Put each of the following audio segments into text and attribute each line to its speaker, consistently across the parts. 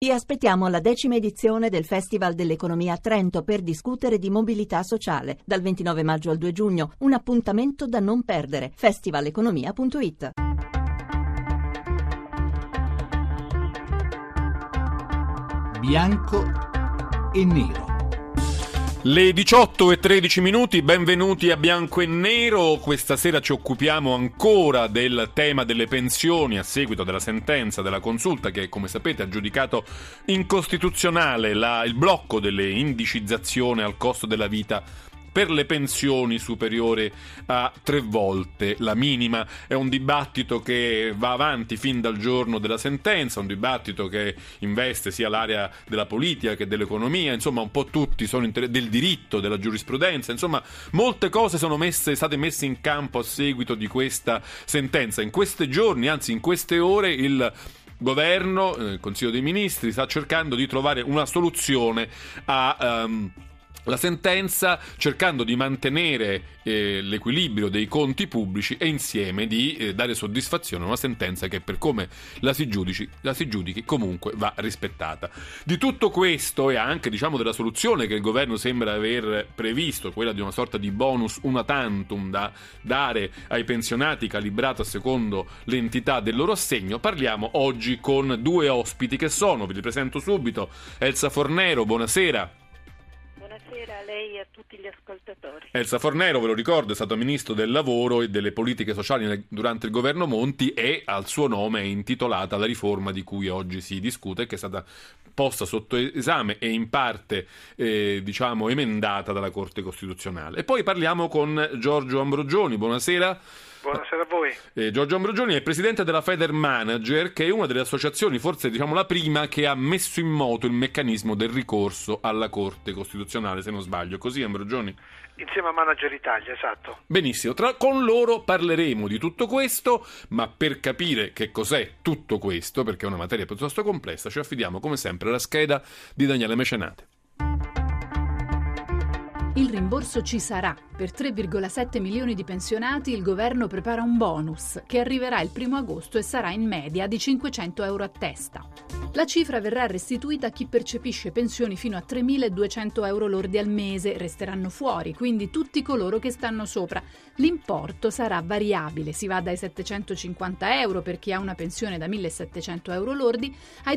Speaker 1: Vi aspettiamo alla 10ª edizione del Festival dell'Economia a Trento per discutere di mobilità sociale. Dal 29 maggio al 2 giugno, un appuntamento da non perdere. festivaleconomia.it.
Speaker 2: Bianco e nero.
Speaker 3: Le 18:13, benvenuti a Bianco e Nero. Questa sera ci occupiamo ancora del tema delle pensioni a seguito della sentenza della Consulta che, come sapete, ha giudicato incostituzionale il blocco delle indicizzazioni al costo della vita per le pensioni superiori a 3 volte la minima. È un dibattito che va avanti fin dal giorno della sentenza, un dibattito che investe sia l'area della politica che dell'economia, insomma un po' tutti sono del diritto, della giurisprudenza, insomma molte cose sono state messe in campo a seguito di questa sentenza. In questi giorni, anzi in queste ore, il governo, il Consiglio dei Ministri, sta cercando di trovare una soluzione la sentenza, cercando di mantenere l'equilibrio dei conti pubblici e insieme di dare soddisfazione a una sentenza che, per come la si giudichi comunque va rispettata. Di tutto questo e anche della soluzione che il governo sembra aver previsto, quella di una sorta di bonus una tantum da dare ai pensionati calibrato a secondo l'entità del loro assegno, parliamo oggi con 2 ospiti che sono, vi li presento subito. Elsa Fornero, buonasera.
Speaker 4: Buonasera a lei e a tutti gli ascoltatori.
Speaker 3: Elsa Fornero, ve lo ricordo, è stato ministro del lavoro e delle politiche sociali durante il governo Monti e al suo nome è intitolata la riforma di cui oggi si discute, che è stata posta sotto esame e in parte emendata dalla Corte Costituzionale. E poi parliamo con Giorgio Ambrogioni, buonasera.
Speaker 5: Buonasera a voi.
Speaker 3: Giorgio Ambrogioni è presidente della Federmanager, che è una delle associazioni, forse la prima, che ha messo in moto il meccanismo del ricorso alla Corte Costituzionale, se non sbaglio. Così, Ambrogioni?
Speaker 5: Insieme a Manager Italia, esatto.
Speaker 3: Benissimo, con loro parleremo di tutto questo, ma per capire che cos'è tutto questo, perché è una materia piuttosto complessa, ci affidiamo come sempre alla scheda di Daniele Mecenate.
Speaker 6: Il rimborso ci sarà. Per 3,7 milioni di pensionati il governo prepara un bonus che arriverà il 1 agosto e sarà in media di 500 euro a testa. La cifra verrà restituita a chi percepisce pensioni fino a 3.200 euro lordi al mese. Resteranno fuori quindi tutti coloro che stanno sopra. L'importo sarà variabile, si va dai 750 euro per chi ha una pensione da 1.700 euro lordi ai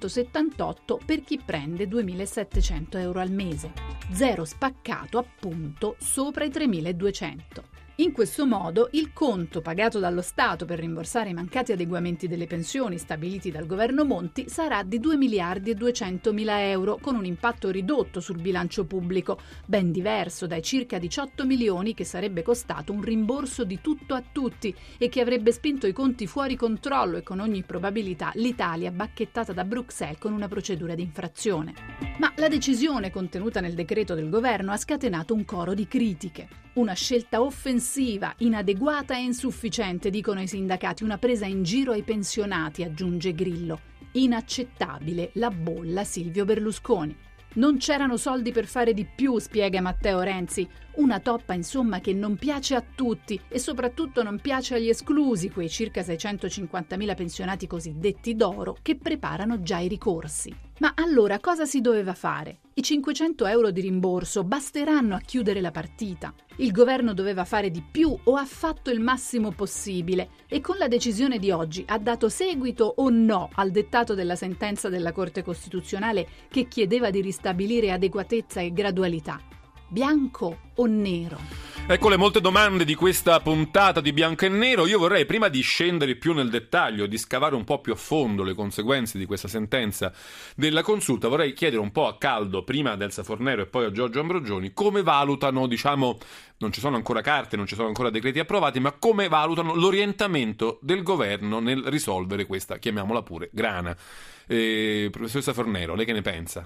Speaker 6: 278 per chi prende 2.700 euro al mese. Zero spaccato appunto sopra i 3.200. In questo modo il conto pagato dallo Stato per rimborsare i mancati adeguamenti delle pensioni stabiliti dal governo Monti sarà di 2.200.000 euro, con un impatto ridotto sul bilancio pubblico, ben diverso dai circa 18 milioni che sarebbe costato un rimborso di tutto a tutti e che avrebbe spinto i conti fuori controllo e con ogni probabilità l'Italia bacchettata da Bruxelles con una procedura di infrazione. Ma la decisione contenuta nel decreto del governo ha scatenato un coro di critiche. Una scelta offensiva, inadeguata e insufficiente, dicono i sindacati, una presa in giro ai pensionati, aggiunge Grillo. Inaccettabile la bolla Silvio Berlusconi. Non c'erano soldi per fare di più, spiega Matteo Renzi. Una toppa, insomma, che non piace a tutti e soprattutto non piace agli esclusi, quei circa 650.000 pensionati cosiddetti d'oro che preparano già i ricorsi. Ma allora cosa si doveva fare? I 500 euro di rimborso basteranno a chiudere la partita? Il governo doveva fare di più o ha fatto il massimo possibile? E con la decisione di oggi ha dato seguito o no al dettato della sentenza della Corte Costituzionale che chiedeva di ristabilire adeguatezza e gradualità? Bianco o nero?
Speaker 3: Ecco le molte domande di questa puntata di Bianco e Nero. Io vorrei, prima di scendere più nel dettaglio, di scavare un po' più a fondo le conseguenze di questa sentenza della Consulta, vorrei chiedere un po' a caldo, prima ad Elsa Fornero e poi a Giorgio Ambrogioni, come valutano, non ci sono ancora carte, non ci sono ancora decreti approvati, ma come valutano l'orientamento del governo nel risolvere questa, chiamiamola pure, grana. Professoressa Fornero, lei che ne pensa?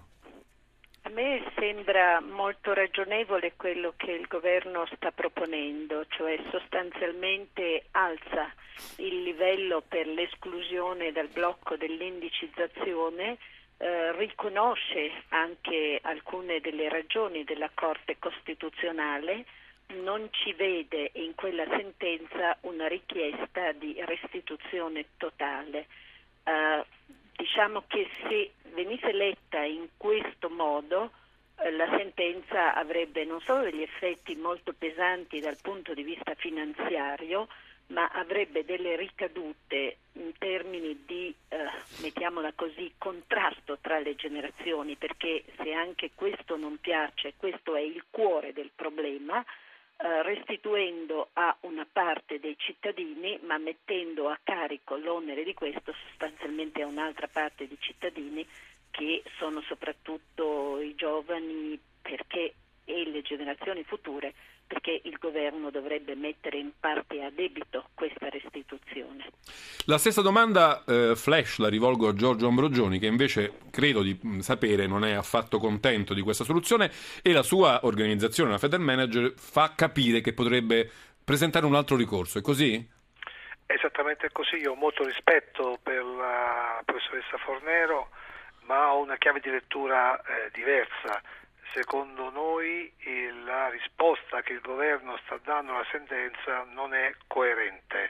Speaker 4: A me sembra molto ragionevole quello che il governo sta proponendo, cioè sostanzialmente alza il livello per l'esclusione dal blocco dell'indicizzazione, riconosce anche alcune delle ragioni della Corte Costituzionale, non ci vede in quella sentenza una richiesta di restituzione totale. diciamo che se venisse letta in questo modo la sentenza avrebbe non solo degli effetti molto pesanti dal punto di vista finanziario, ma avrebbe delle ricadute in termini di, mettiamola così, contrasto tra le generazioni, perché se anche questo non piace, questo è il cuore del problema, restituendo a una parte dei cittadini, ma mettendo a carico l'onere di questo sostanzialmente a un'altra parte di cittadini, che sono soprattutto i giovani e le generazioni future, perché il governo dovrebbe mettere in parte a debito questa restituzione.
Speaker 3: La stessa domanda flash la rivolgo a Giorgio Ambrogioni, che invece credo di sapere non è affatto contento di questa soluzione, e la sua organizzazione, la Federmanager, fa capire che potrebbe presentare un altro ricorso. È così?
Speaker 5: Esattamente così. Io ho molto rispetto per la professoressa Fornero, ma ho una chiave di lettura diversa. Secondo noi la risposta che il governo sta dando alla sentenza non è coerente.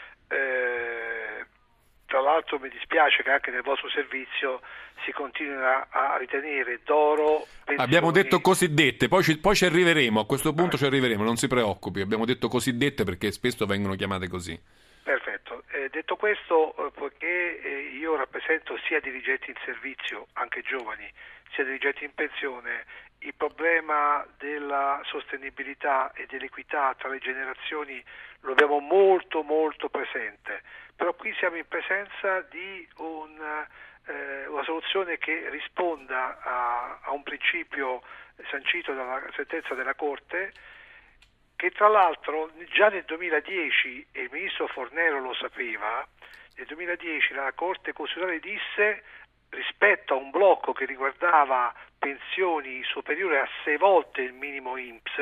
Speaker 5: Tra l'altro mi dispiace che anche nel vostro servizio si continui a ritenere d'oro pensioni...
Speaker 3: Abbiamo detto cosiddette, poi ci arriveremo, a questo punto ci arriveremo, non si preoccupi, abbiamo detto cosiddette perché spesso vengono chiamate così.
Speaker 5: Perfetto. Detto questo, poiché io rappresento sia dirigenti in servizio, anche giovani, sia dirigenti in pensione, il problema della sostenibilità e dell'equità tra le generazioni lo abbiamo molto molto presente, però qui siamo in presenza di una soluzione che risponda a un principio sancito dalla sentenza della Corte, che tra l'altro già nel 2010, e il ministro Fornero lo sapeva, nel 2010 la Corte Costituzionale disse, rispetto a un blocco che riguardava pensioni superiori a 6 volte il minimo INPS,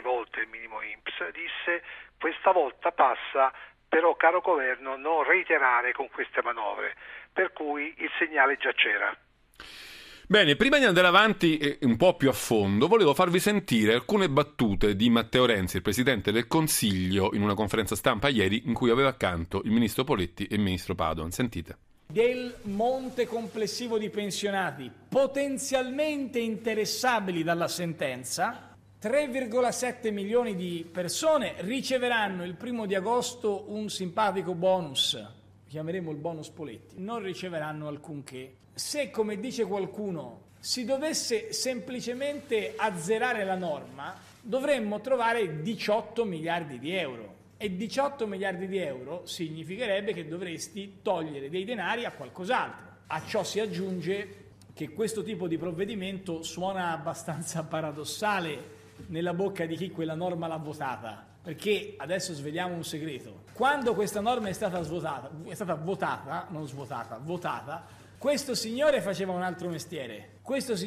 Speaker 5: disse questa volta passa, però caro governo non reiterare con queste manovre, per cui il segnale già c'era.
Speaker 3: Bene, prima di andare avanti un po' più a fondo, volevo farvi sentire alcune battute di Matteo Renzi, il Presidente del Consiglio, in una conferenza stampa ieri in cui aveva accanto il Ministro Poletti e il Ministro Padoan. Sentite.
Speaker 7: Del monte complessivo di pensionati potenzialmente interessabili dalla sentenza, 3,7 milioni di persone riceveranno il 1 di agosto un simpatico bonus, chiameremo il bonus Poletti, non riceveranno alcunché. Se, come dice qualcuno, si dovesse semplicemente azzerare la norma, dovremmo trovare 18 miliardi di euro. E 18 miliardi di euro significherebbe che dovresti togliere dei denari a qualcos'altro. A ciò si aggiunge che questo tipo di provvedimento suona abbastanza paradossale nella bocca di chi quella norma l'ha votata, perché adesso sveliamo un segreto. Quando questa norma è stata votata, questo signore faceva un altro mestiere.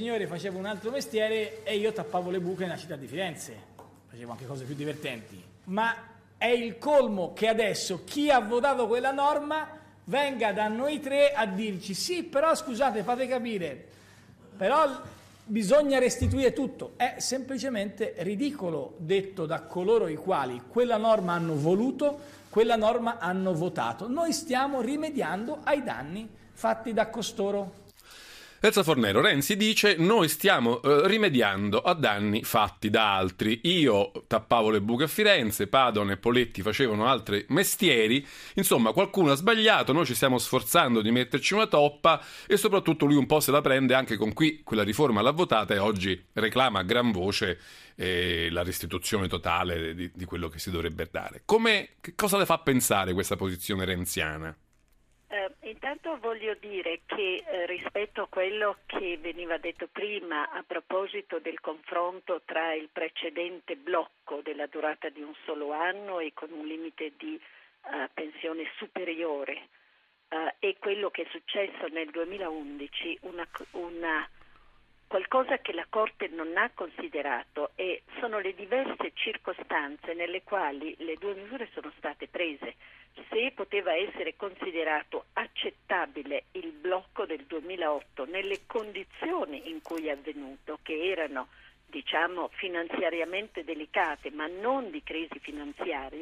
Speaker 7: E io tappavo le buche nella città di Firenze. Facevo anche cose più divertenti. Ma è il colmo che adesso chi ha votato quella norma venga da noi tre a dirci sì, però scusate, fate capire, però bisogna restituire tutto. È semplicemente ridicolo, detto da coloro i quali quella norma hanno voluto, quella norma hanno votato. Noi stiamo rimediando ai danni fatti da costoro.
Speaker 3: Elsa Fornero, Renzi dice noi stiamo rimediando a danni fatti da altri. Io tappavo le buche a Firenze, Padoan e Poletti facevano altri mestieri, insomma qualcuno ha sbagliato, noi ci stiamo sforzando di metterci una toppa e soprattutto lui un po' se la prende anche con qui quella riforma l'ha votata e oggi reclama a gran voce la restituzione totale di quello che si dovrebbe dare. Che cosa le fa pensare questa posizione renziana?
Speaker 4: Intanto voglio dire che rispetto a quello che veniva detto prima a proposito del confronto tra il precedente blocco della durata di un solo anno e con un limite di pensione superiore e quello che è successo nel 2011, qualcosa che la Corte non ha considerato e sono le diverse circostanze nelle quali le due misure sono state prese. Se poteva essere considerato accettabile il blocco del 2008 nelle condizioni in cui è avvenuto, che erano finanziariamente delicate ma non di crisi finanziarie,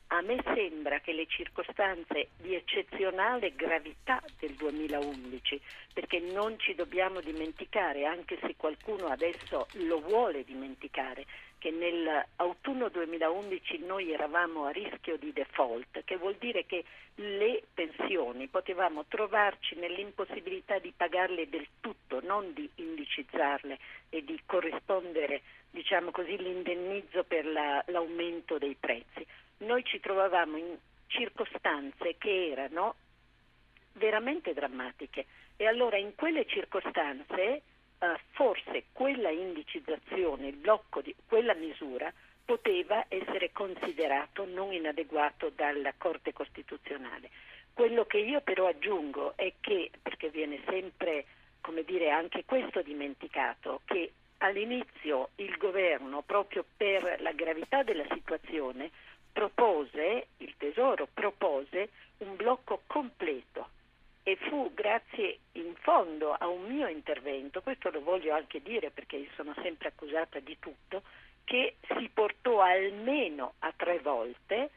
Speaker 4: a me sembra che le circostanze di eccezionale gravità del 2011, perché non ci dobbiamo dimenticare, anche se qualcuno adesso lo vuole dimenticare, che nell'autunno 2011 noi eravamo a rischio di default, che vuol dire che le pensioni potevamo trovarci nell'impossibilità di pagarle del tutto, non di indicizzarle e di corrispondere, diciamo così, l'indennizzo per l'aumento dei prezzi. Noi ci trovavamo in circostanze che erano veramente drammatiche e allora in quelle circostanze forse quella indicizzazione, il blocco di quella misura poteva essere considerato non inadeguato dalla Corte Costituzionale. Quello che io però aggiungo è che, perché viene sempre, come dire, anche questo dimenticato, che all'inizio il governo, proprio per la gravità della situazione, il Tesoro propose un blocco completo e fu grazie in fondo a un mio intervento, questo lo voglio anche dire perché sono sempre accusata di tutto, che si portò almeno a 3 volte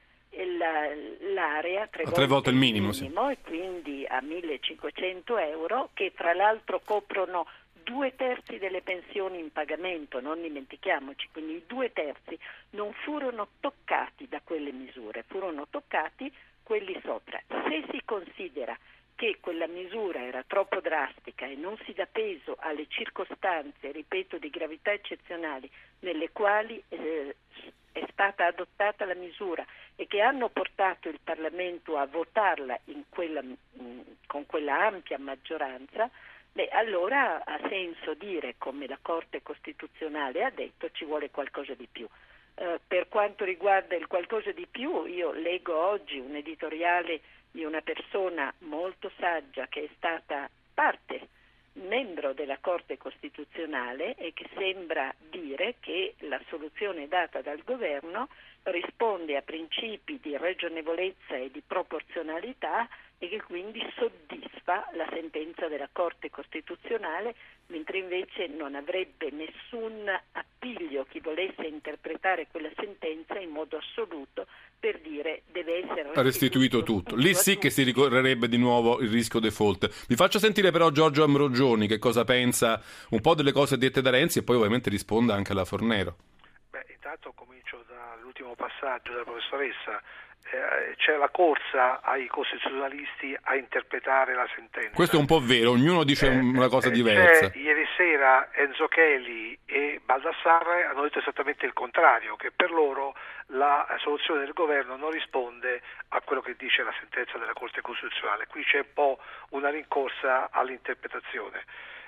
Speaker 4: l'area, 3
Speaker 3: volte il minimo sì.
Speaker 4: E quindi a 1.500 euro, che tra l'altro coprono 2/3 delle pensioni in pagamento, non dimentichiamoci, quindi i 2/3 non furono toccati da quelle misure, furono toccati quelli sopra. Se si considera che quella misura era troppo drastica e non si dà peso alle circostanze, ripeto, di gravità eccezionali nelle quali è stata adottata la misura e che hanno portato il Parlamento a votarla con quella ampia maggioranza, allora ha senso dire, come la Corte Costituzionale ha detto, ci vuole qualcosa di più. Per quanto riguarda il qualcosa di più, io leggo oggi un editoriale di una persona molto saggia che è stata membro della Corte Costituzionale e che sembra dire che la soluzione data dal governo risponde a principi di ragionevolezza e di proporzionalità e che quindi soddisfa la sentenza della Corte Costituzionale, mentre invece non avrebbe nessun appiglio chi volesse interpretare quella sentenza in modo assoluto per dire deve essere
Speaker 3: restituito tutto. Lì sì che si ricorrerebbe di nuovo il rischio default. Vi faccio sentire però Giorgio Ambrogioni che cosa pensa un po' delle cose dette da Renzi e poi ovviamente risponda anche alla Fornero.
Speaker 5: Intanto comincio dall'ultimo passaggio della professoressa. C'è la corsa ai costituzionalisti a interpretare la sentenza.
Speaker 3: Questo è un po' vero, ognuno dice una cosa diversa.
Speaker 5: Ieri sera Enzo Cheli e Baldassarre hanno detto esattamente il contrario, che per loro la soluzione del governo non risponde a quello che dice la sentenza della Corte Costituzionale. Qui c'è un po' una rincorsa all'interpretazione.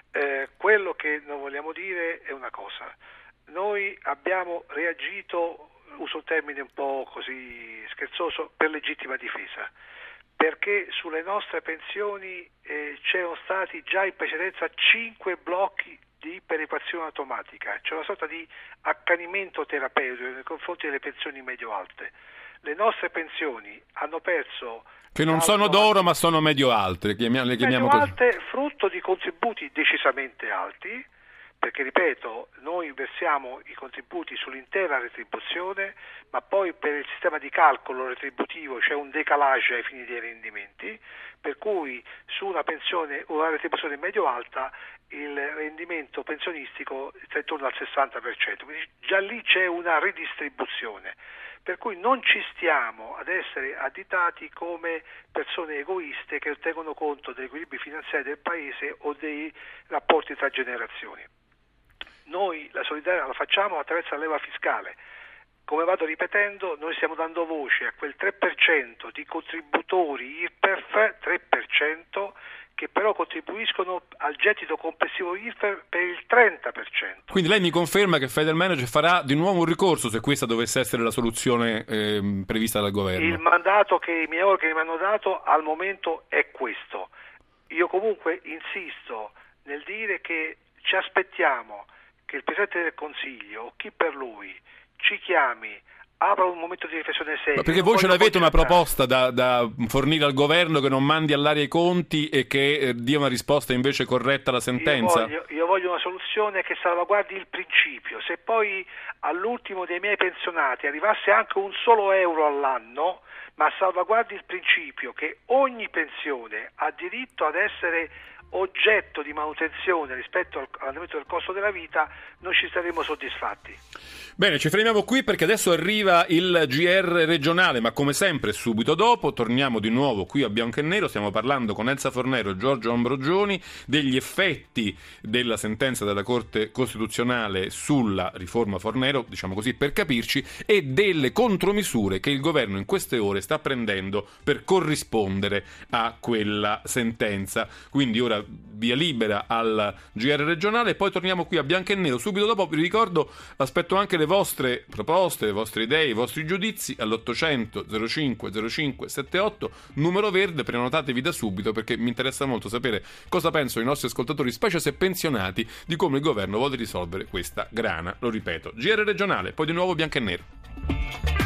Speaker 5: Quello che non vogliamo dire è una cosa: noi abbiamo reagito, uso un termine un po' così scherzoso, per legittima difesa, perché sulle nostre pensioni c'erano stati già in precedenza 5 blocchi di perequazione automatica, c'è una sorta di accanimento terapeutico nei confronti delle pensioni medio-alte. Le nostre pensioni hanno perso,
Speaker 3: che non sono d'oro ma sono medio-alte, le chiamiamo così.
Speaker 5: Medio-alte, frutto di contributi decisamente alti, perché ripeto, noi versiamo i contributi sull'intera retribuzione, ma poi per il sistema di calcolo retributivo c'è un decalage ai fini dei rendimenti, per cui su una retribuzione medio-alta il rendimento pensionistico è intorno al 60%, quindi già lì c'è una ridistribuzione, per cui non ci stiamo ad essere additati come persone egoiste che tengono conto degli equilibri finanziari del Paese o dei rapporti tra generazioni. Noi la solidarietà la facciamo attraverso la leva fiscale. Come vado ripetendo, noi stiamo dando voce a quel 3% di contributori IRPEF, 3%, che però contribuiscono al gettito complessivo IRPEF per il 30%.
Speaker 3: Quindi lei mi conferma che Federmanager farà di nuovo un ricorso se questa dovesse essere la soluzione prevista dal governo?
Speaker 5: Il mandato che i miei organi mi hanno dato al momento è questo. Io comunque insisto nel dire che ci aspettiamo che il Presidente del Consiglio o chi per lui ci chiami apra un momento di riflessione seria.
Speaker 3: Ma perché voi ce l'avete una proposta da fornire al governo che non mandi all'aria i conti e che dia una risposta invece corretta alla sentenza?
Speaker 5: Io voglio una soluzione che salvaguardi il principio. Se poi all'ultimo dei miei pensionati arrivasse anche un solo euro all'anno, ma salvaguardi il principio che ogni pensione ha diritto ad essere oggetto di manutenzione rispetto all'andamento del costo della vita, noi ci saremo soddisfatti.
Speaker 3: Bene, ci fermiamo qui perché adesso arriva il GR regionale, ma come sempre subito dopo torniamo di nuovo qui a Bianco e Nero. Stiamo parlando con Elsa Fornero e Giorgio Ambrogioni degli effetti della sentenza della Corte Costituzionale sulla riforma Fornero, diciamo così per capirci, e delle contromisure che il governo in queste ore sta prendendo per corrispondere a quella sentenza. Quindi ora via libera al GR regionale e poi torniamo qui a Bianco e Nero subito dopo. Vi ricordo, aspetto anche le vostre proposte, le vostre idee, i vostri giudizi all'800 05 05 78, numero verde. Prenotatevi da subito perché mi interessa molto sapere cosa pensano i nostri ascoltatori, specie se pensionati, di come il governo vuole risolvere questa grana. Lo ripeto, GR regionale, poi di nuovo Bianco e Nero.